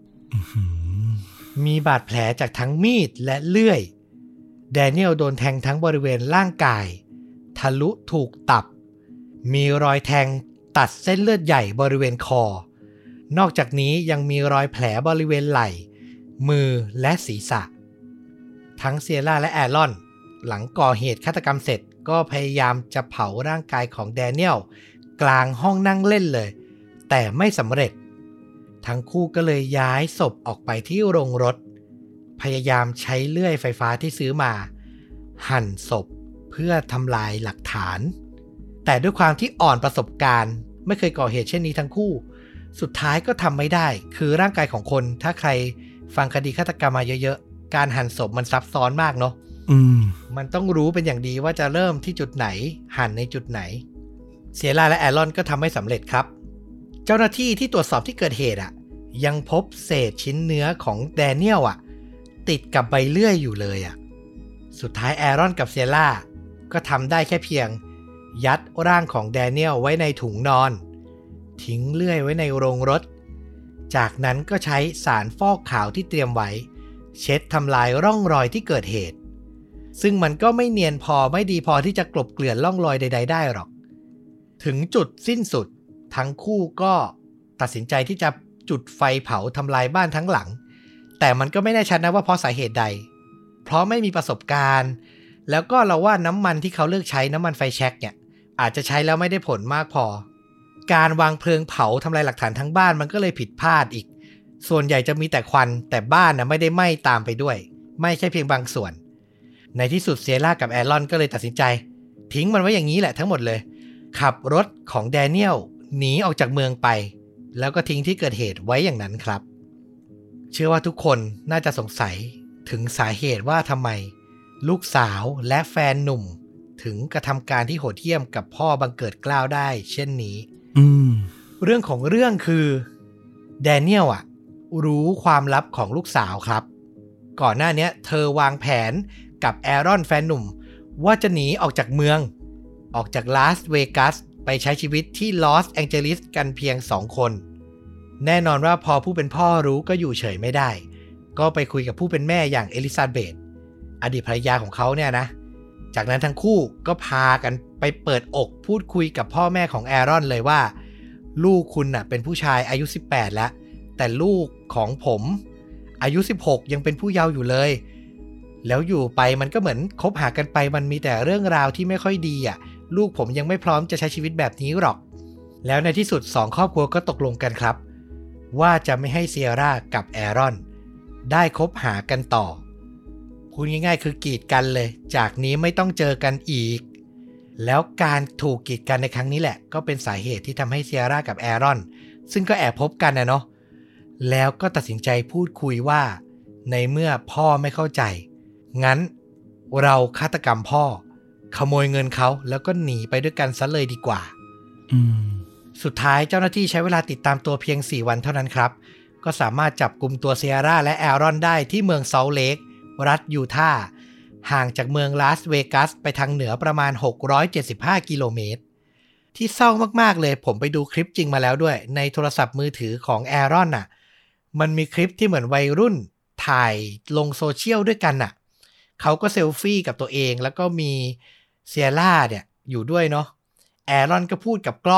มีบาดแผลจากทั้งมีดและเลื่อยแดเนียลโดนแทงทั้งบริเวณร่างกายทะลุถูกตับมีรอยแทงตัดเส้นเลือดใหญ่บริเวณคอนอกจากนี้ยังมีรอยแผลบริเวณไหล่มือและศีรษะทั้งเซียร่าและแอรอนหลังก่อเหตุฆาตกรรมเสร็จก็พยายามจะเผาร่างกายของแดเนียลกลางห้องนั่งเล่นเลยแต่ไม่สำเร็จทั้งคู่ก็เลยย้ายศพออกไปที่โรงรถพยายามใช้เลื่อยไฟฟ้าที่ซื้อมาหั่นศพเพื่อทำลายหลักฐานแต่ด้วยความที่อ่อนประสบการณ์ไม่เคยก่อเหตุเช่นนี้ทั้งคู่สุดท้ายก็ทำไม่ได้คือร่างกายของคนถ้าใครฟังคดีฆาตกรรมมาเยอะๆการหั่นศพมันซับซ้อนมากเนาะมันต้องรู้เป็นอย่างดีว่าจะเริ่มที่จุดไหนหั่นในจุดไหนเซียร่าและแอรอนก็ทำไม่สำเร็จครับเจ้าหน้าที่ที่ตรวจสอบที่เกิดเหตุยังพบเศษชิ้นเนื้อของแดเนียลติดกับใบเลื่อยอยู่เลยสุดท้ายแอรอนกับเซียร่าก็ทำได้แค่เพียงยัดร่างของแดเนียลไว้ในถุงนอนทิ้งเลื่อยไว้ในโรงรถจากนั้นก็ใช้สารฟอกขาวที่เตรียมไว้เช็ดทำลายร่องรอยที่เกิดเหตุซึ่งมันก็ไม่เนียนพอไม่ดีพอที่จะกลบเกลื่อนร่องรอยใดๆได้หรอกถึงจุดสิ้นสุดทั้งคู่ก็ตัดสินใจที่จะจุดไฟเผาทำลายบ้านทั้งหลังแต่มันก็ไม่แน่ชัดนะว่าเพราะสาเหตุใดเพราะไม่มีประสบการณ์แล้วก็เราว่าน้ำมันที่เขาเลือกใช้น้ำมันไฟแช็กเนี่ยอาจจะใช้แล้วไม่ได้ผลมากพอการวางเพลิงเผาทำลายหลักฐานทั้งบ้านมันก็เลยผิดพลาดอีกส่วนใหญ่จะมีแต่ควันแต่บ้านไม่ได้ไหม้ตามไปด้วยไม่ใช่เพียงบางส่วนในที่สุดเซียร่ากับแอรอนก็เลยตัดสินใจทิ้งมันไว้อย่างนี้แหละทั้งหมดเลยขับรถของแดเนียลหนีออกจากเมืองไปแล้วก็ทิ้งที่เกิดเหตุไว้อย่างนั้นครับเชื่อว่าทุกคนน่าจะสงสัยถึงสาเหตุว่าทำไมลูกสาวและแฟนหนุ่มถึงกระทำการที่โหดเหี้ยมกับพ่อบังเกิดเกล้าได้เช่นนี้เรื่องของเรื่องคือแดเนียลรู้ความลับของลูกสาวครับก่อนหน้านี้เธอวางแผนกับแอรอนแฟนหนุ่มว่าจะหนีออกจากเมืองออกจากลาสเวกัสไปใช้ชีวิตที่ลอสแองเจลิสกันเพียง2 คนแน่นอนว่าพอผู้เป็นพ่อรู้ก็อยู่เฉยไม่ได้ก็ไปคุยกับผู้เป็นแม่อย่างเอลิซาเบธอดีตภรรยาของเขาเนี่ยนะจากนั้นทั้งคู่ก็พากันไปเปิดอกพูดคุยกับพ่อแม่ของแอรอนเลยว่าลูกคุณเป็นผู้ชายอายุ18แล้วแต่ลูกของผมอายุ16ยังเป็นผู้เยาว์อยู่เลยแล้วอยู่ไปมันก็เหมือนคบหากันไปมันมีแต่เรื่องราวที่ไม่ค่อยดีลูกผมยังไม่พร้อมจะใช้ชีวิตแบบนี้หรอกแล้วในที่สุด2ครอบครัวก็ตกลงกันครับว่าจะไม่ให้เซียร่ากับแอรอนได้คบหากันต่อพูดง่ายๆคือกีดกันเลยจากนี้ไม่ต้องเจอกันอีกแล้วการถูกกีดกันในครั้งนี้แหละก็เป็นสาเหตุที่ทำให้เซียร่ากับแอรอนซึ่งก็แอบพบกันเนาะแล้วก็ตัดสินใจพูดคุยว่าในเมื่อพ่อไม่เข้าใจงั้นเราฆาตกรรมพ่อขโมยเงินเขาแล้วก็หนีไปด้วยกันซะเลยดีกว่าสุดท้ายเจ้าหน้าที่ใช้เวลาติดตามตัวเพียง4 วันเท่านั้นครับก็สามารถจับกุมตัวเซียร่าและแอรอนได้ที่เมืองซอลต์เลครัฐยูทาห์ห่างจากเมืองลาสเวกัสไปทางเหนือประมาณ675 กิโลเมตรที่เศร้ามากๆเลยผมไปดูคลิปจริงมาแล้วด้วยในโทรศัพท์มือถือของแอรอนมันมีคลิปที่เหมือนวัยรุ่นถ่ายลงโซเชียลด้วยกันเขาก็เซลฟี่กับตัวเองแล้วก็มีเซียร่าเนี่ยอยู่ด้วยเนาะแอรอนก็พูดกับกล้อง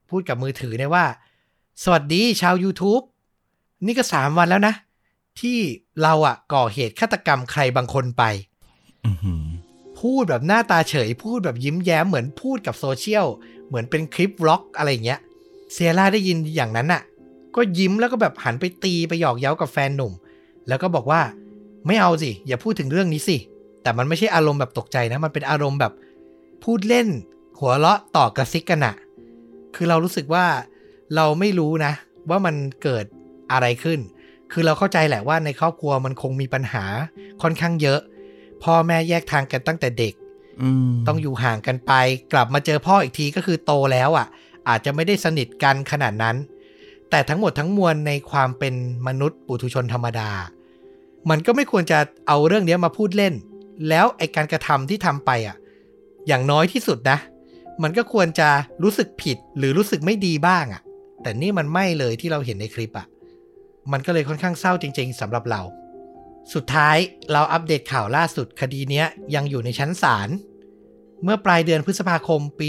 พูดกับมือถือเนี่ยว่าสวัสดีชาว YouTube นี่ก็3วันแล้วนะที่เราก่อเหตุฆาตกรรมใครบางคนไปพูดแบบหน้าตาเฉยพูดแบบยิ้มแย้มเหมือนพูดกับโซเชียลเหมือนเป็นคลิปวล็อกอะไรเงี้ยเซียร่าได้ยินอย่างนั้นก็ยิ้มแล้วก็แบบหันไปตีไปหยอกเย้ากับแฟนหนุ่มแล้วก็บอกว่าไม่เอาสิอย่าพูดถึงเรื่องนี้สิแต่มันไม่ใช่อารมณ์แบบตกใจนะมันเป็นอารมณ์แบบพูดเล่นหัวเราะต่อกระซิกกันคือเรารู้สึกว่าเราไม่รู้นะว่ามันเกิดอะไรขึ้นคือเราเข้าใจแหละว่าในครอบครัวมันคงมีปัญหาค่อนข้างเยอะพ่อแม่แยกทางกันตั้งแต่เด็กต้องอยู่ห่างกันไปกลับมาเจอพ่ออีกทีก็คือโตแล้วอาจจะไม่ได้สนิทกันขนาดนั้นแต่ทั้งหมดทั้งมวลในความเป็นมนุษย์ปุถุชนธรรมดามันก็ไม่ควรจะเอาเรื่องนี้มาพูดเล่นแล้วไอ้การกระทำที่ทำไปอย่างน้อยที่สุดนะมันก็ควรจะรู้สึกผิดหรือรู้สึกไม่ดีบ้างแต่นี่มันไม่เลยที่เราเห็นในคลิปมันก็เลยค่อนข้างเศร้าจริงๆสำหรับเราสุดท้ายเราอัปเดตข่าวล่าสุดคดีนี้ยังอยู่ในชั้นศาลเมื่อปลายเดือนพฤษภาคมปี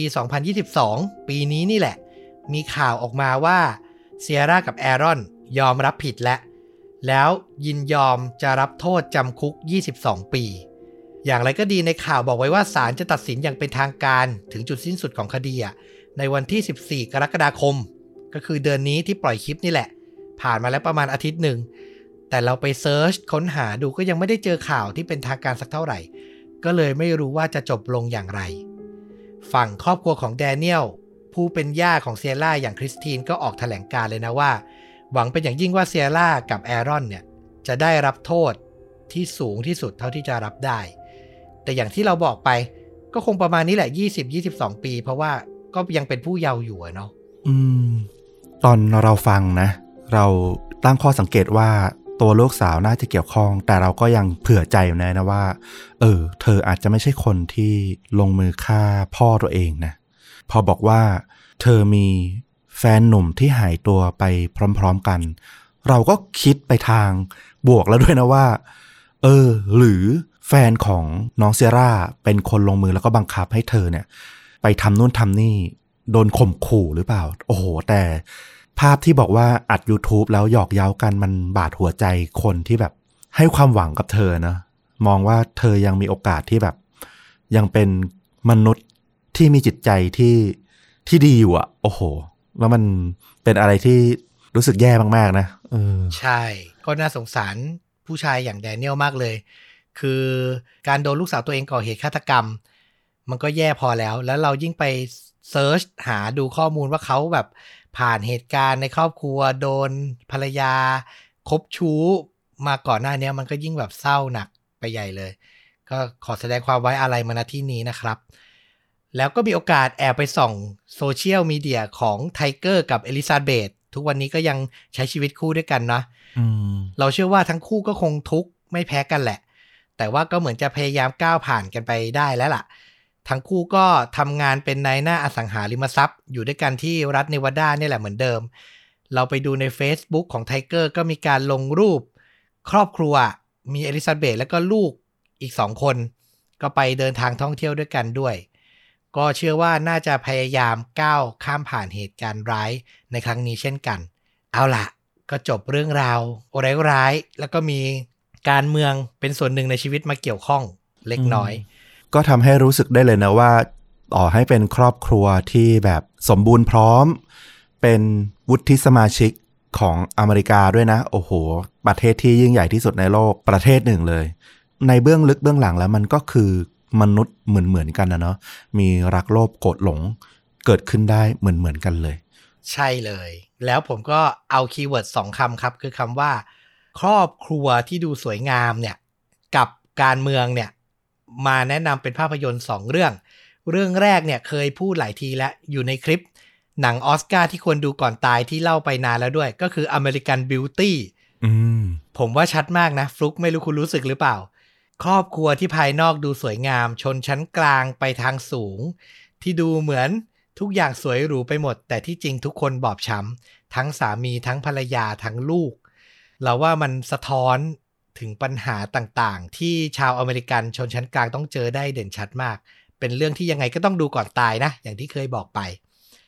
2022ปีนี้นี่แหละมีข่าวออกมาว่าเซียร่ากับแอรอนยอมรับผิดแล้วยินยอมจะรับโทษจำคุก22ปีอย่างไรก็ดีในข่าวบอกไว้ว่าศาลจะตัดสินอย่างเป็นทางการถึงจุดสิ้นสุดของคดีในวันที่14กรกฎาคมก็คือเดือนนี้ที่ปล่อยคลิปนี่แหละผ่านมาแล้วประมาณอาทิตย์หนึ่งแต่เราไปเซิร์ชค้นหาดูก็ยังไม่ได้เจอข่าวที่เป็นทางการสักเท่าไหร่ก็เลยไม่รู้ว่าจะจบลงอย่างไรฝั่งครอบครัวของแดเนียลผู้เป็นย่าของเซียร่าอย่างคริสตินก็ออกแถลงการเลยนะว่าหวังเป็นอย่างยิ่งว่าเซียร่ากับแอรอนเนี่ยจะได้รับโทษที่สูงที่สุดเท่าที่จะรับได้แต่อย่างที่เราบอกไปก็คงประมาณนี้แหละ20-22 ปีเพราะว่าก็ยังเป็นผู้เยาว์อยู่เนาะตอนเราฟังนะเราตั้งข้อสังเกตว่าตัวลูกสาวน่าจะเกี่ยวข้องแต่เราก็ยังเผื่อใจอยู่นะว่าเธออาจจะไม่ใช่คนที่ลงมือฆ่าพ่อตัวเองนะพอบอกว่าเธอมีแฟนหนุ่มที่หายตัวไปพร้อมๆกันเราก็คิดไปทางบวกแล้วด้วยนะว่าหรือแฟนของน้องเซียร่าเป็นคนลงมือแล้วก็บังคับให้เธอเนี่ยไปทำนู่นทำนี่โดนข่มขู่หรือเปล่าโอ้โหแต่ภาพที่บอกว่าอัด YouTube แล้วหยอกเย้ากันมันบาดหัวใจคนที่แบบให้ความหวังกับเธอนะมองว่าเธอยังมีโอกาสที่แบบยังเป็นมนุษย์ที่มีจิตใจที่ดีอยู่โอ้โหแล้วมันเป็นอะไรที่รู้สึกแย่มากๆนะใช่ก็น่าสงสารผู้ชายอย่างแดเนียลมากเลยคือการโดนลูกสาวตัวเองก่อเหตุฆาตกรรมมันก็แย่พอแล้วเรายิ่งไปเซิร์ชหาดูข้อมูลว่าเขาแบบผ่านเหตุการณ์ในครอบครัวโดนภรรยาคบชู้มาก่อนหน้านี้มันก็ยิ่งแบบเศร้าหนักไปใหญ่เลยก็ขอแสดงความไว้อาลัยมาณที่นี้นะครับแล้วก็มีโอกาสแอบไปส่องโซเชียลมีเดียของไทเกอร์กับเอลิซาเบธทุกวันนี้ก็ยังใช้ชีวิตคู่ด้วยกันนะเราเชื่อว่าทั้งคู่ก็คงทุกข์ไม่แพ้กันแหละแต่ว่าก็เหมือนจะพยายามก้าวผ่านกันไปได้แล้วล่ะทั้งคู่ก็ทำงานเป็นนายหน้าอสังหาริมทรัพย์อยู่ด้วยกันที่รัฐเนวาดาเนี่ยแหละเหมือนเดิมเราไปดูใน Facebook ของไทเกอร์ก็มีการลงรูปครอบครัวมีเอลิซาเบธแล้วก็ลูกอีก2คนก็ไปเดินทางท่องเที่ยวด้วยกันด้วยก็เชื่อว่าน่าจะพยายามก้าวข้ามผ่านเหตุการณ์ร้ายในครั้งนี้เช่นกันเอาล่ะก็จบเรื่องราวร้ายๆแล้วก็มีการเมืองเป็นส่วนหนึ่งในชีวิตมาเกี่ยวข้องเล็กน้อยก็ทำให้รู้สึกได้เลยนะว่าต่อให้เป็นครอบครัวที่แบบสมบูรณ์พร้อมเป็นวุฒิสมาชิกของอเมริกาด้วยนะโอ้โหประเทศที่ยิ่งใหญ่ที่สุดในโลกประเทศหนึ่งเลยในเบื้องลึกเบื้องหลังแล้วมันก็คือมนุษย์เหมือนกันนะเนาะมีรักโลภโกรธหลงเกิดขึ้นได้เหมือนกันเลยใช่เลยแล้วผมก็เอาคีย์เวิร์ด2 คำครับคือคำว่าครอบครัวที่ดูสวยงามเนี่ยกับการเมืองเนี่ยมาแนะนำเป็นภาพยนตร์2 เรื่องแรกเนี่ยเคยพูดหลายทีแล้วอยู่ในคลิปหนังออสการ์ที่ควรดูก่อนตายที่เล่าไปนานแล้วด้วยก็คือ American Beauty ผมว่าชัดมากนะฟลุกไม่รู้คุณรู้สึกหรือเปล่าครอบครัวที่ภายนอกดูสวยงามชนชั้นกลางไปทางสูงที่ดูเหมือนทุกอย่างสวยหรูไปหมดแต่ที่จริงทุกคนบอบช้ำทั้งสามีทั้งภรรยาทั้งลูกเราว่ามันสะท้อนถึงปัญหาต่างๆที่ชาวอเมริกันชนชั้นกลางต้องเจอได้เด่นชัดมากเป็นเรื่องที่ยังไงก็ต้องดูก่อนตายนะอย่างที่เคยบอกไป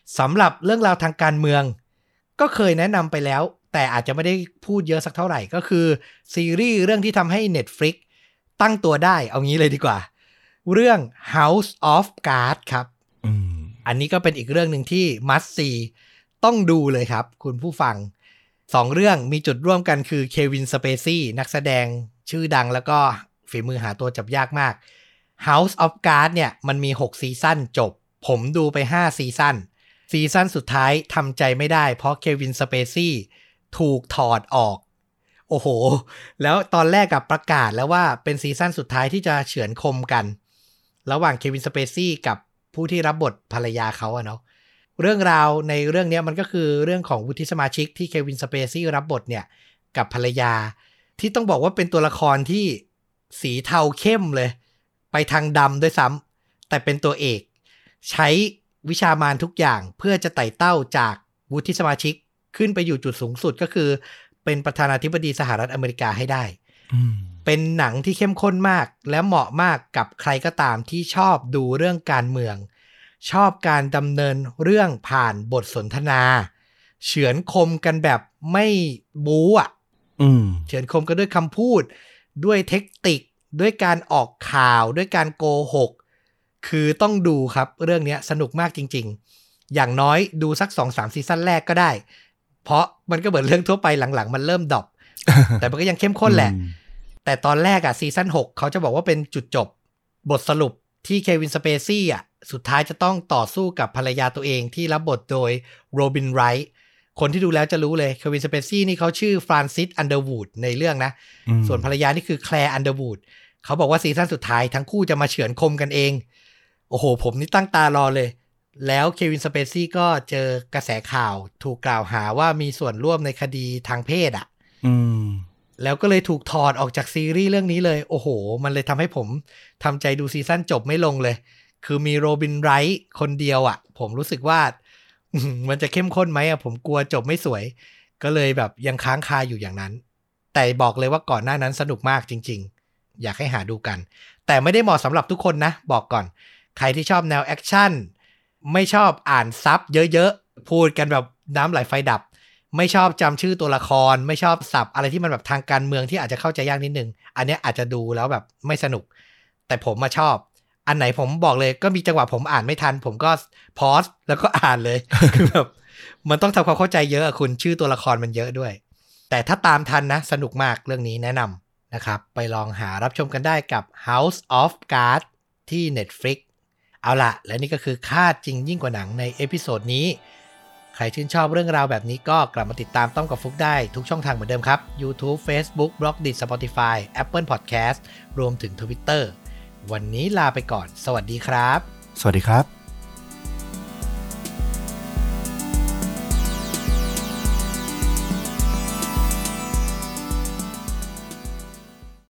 สำหรับเรื่องราวทางการเมืองก็เคยแนะนำไปแล้วแต่อาจจะไม่ได้พูดเยอะสักเท่าไหร่ก็คือซีรีส์เรื่องที่ทำให้ Netflix ตั้งตัวได้เอางี้เลยดีกว่าเรื่อง House of Cards ครับอันนี้ก็เป็นอีกเรื่องหนึ่งที่ must see ต้องดูเลยครับคุณผู้ฟัง2เรื่องมีจุดร่วมกันคือเควิน สเปซี่นักแสดงชื่อดังแล้วก็ฝีมือหาตัวจับยากมาก House of Cards เนี่ยมันมี6ซีซั่นจบผมดูไป5ซีซั่นสุดท้ายทำใจไม่ได้เพราะเควิน สเปซี่ถูกถอดออกโอ้โหแล้วตอนแรกกับประกาศแล้วว่าเป็นซีซั่นสุดท้ายที่จะเฉือนคมกันระหว่างเควิน สเปซี่กับผู้ที่รับบทภรรยาเขาอะเนาะเรื่องราวในเรื่องนี้มันก็คือเรื่องของวุฒิสมาชิกที่เควิน สเปซี่รับบทเนี่ยกับภรรยาที่ต้องบอกว่าเป็นตัวละครที่สีเทาเข้มเลยไปทางดำด้วยซ้ำแต่เป็นตัวเอกใช้วิชามารทุกอย่างเพื่อจะไต่เต้าจากวุฒิสมาชิกขึ้นไปอยู่จุดสูงสุดก็คือเป็นประธานาธิบดีสหรัฐอเมริกาให้ได้เป็นหนังที่เข้มข้นมากและเหมาะมากกับใครก็ตามที่ชอบดูเรื่องการเมืองชอบการดำเนินเรื่องผ่านบทสนทนาเฉือนคมกันแบบไม่บู๊อ่ะเฉือนคมกันด้วยคำพูดด้วยเทคนิคด้วยการออกข่าวด้วยการโกหกคือต้องดูครับเรื่องนี้สนุกมากจริงๆอย่างน้อยดูสัก 2-3 ซีซั่นแรกก็ได้เพราะมันก็เหมือนเรื่องทั่วไปหลังๆมันเริ่มดรอป แต่มันก็ยังเข้มข้นแหละแต่ตอนแรกอะซีซั่น6เขาจะบอกว่าเป็นจุดจบบทสรุปที่เควิน สเปซี่อะสุดท้ายจะต้องต่อสู้กับภรรยาตัวเองที่รับบทโดยโรบินไรท์คนที่ดูแล้วจะรู้เลยเควิน สเปซี่นี่เขาชื่อฟรานซิส อันเดอร์วูดในเรื่องนะส่วนภรรยานี่คือแคลร์ อันเดอร์วูดเขาบอกว่าซีซั่นสุดท้ายทั้งคู่จะมาเฉือนคมกันเองโอ้โหผมนี่ตั้งตารอเลยแล้วเควิน สเปซี่ก็เจอกระแสข่าวถูกกล่าวหาว่ามีส่วนร่วมในคดีทางเพศอ่ะแล้วก็เลยถูกถอดออกจากซีรีส์เรื่องนี้เลยโอ้โหมันเลยทำให้ผมทำใจดูซีซั่นจบไม่ลงเลยคือมีโรบินไรท์คนเดียวอ่ะผมรู้สึกว่ามันจะเข้มข้นไหมอ่ะผมกลัวจบไม่สวยก็เลยแบบยังค้างคาอยู่อย่างนั้นแต่บอกเลยว่าก่อนหน้านั้นสนุกมากจริงๆอยากให้หาดูกันแต่ไม่ได้เหมาะสำหรับทุกคนนะบอกก่อนใครที่ชอบแนวแอคชั่นไม่ชอบอ่านซับเยอะๆพูดกันแบบน้ำไหลไฟดับไม่ชอบจำชื่อตัวละครไม่ชอบศัพท์อะไรที่มันแบบทางการเมืองที่อาจจะเข้าใจยากนิดนึงอันนี้อาจจะดูแล้วแบบไม่สนุกแต่ผมมาชอบอันไหนผมบอกเลยก็มีจังหวะผมอ่านไม่ทันผมก็พอสแล้วก็อ่านเลย คือแบบมันต้องทำความเข้าใจเยอะคุณชื่อตัวละครมันเยอะด้วยแต่ถ้าตามทันนะสนุกมากเรื่องนี้แนะนำนะครับไปลองหารับชมกันได้กับ House of Cards ที่ Netflix เอาล่ะและนี่ก็คือค่าจริงยิ่งกว่าหนังในเอพิโซดนี้ใครชื่นชอบเรื่องราวแบบนี้ก็กลับมาติดตามต้อมกับฟุกได้ทุกช่องทางเหมือนเดิมครับ YouTube Facebook Blogdit Spotify Apple Podcast รวมถึง Twitter วันนี้ลาไปก่อนสวัสดีครับสวัสดีครับ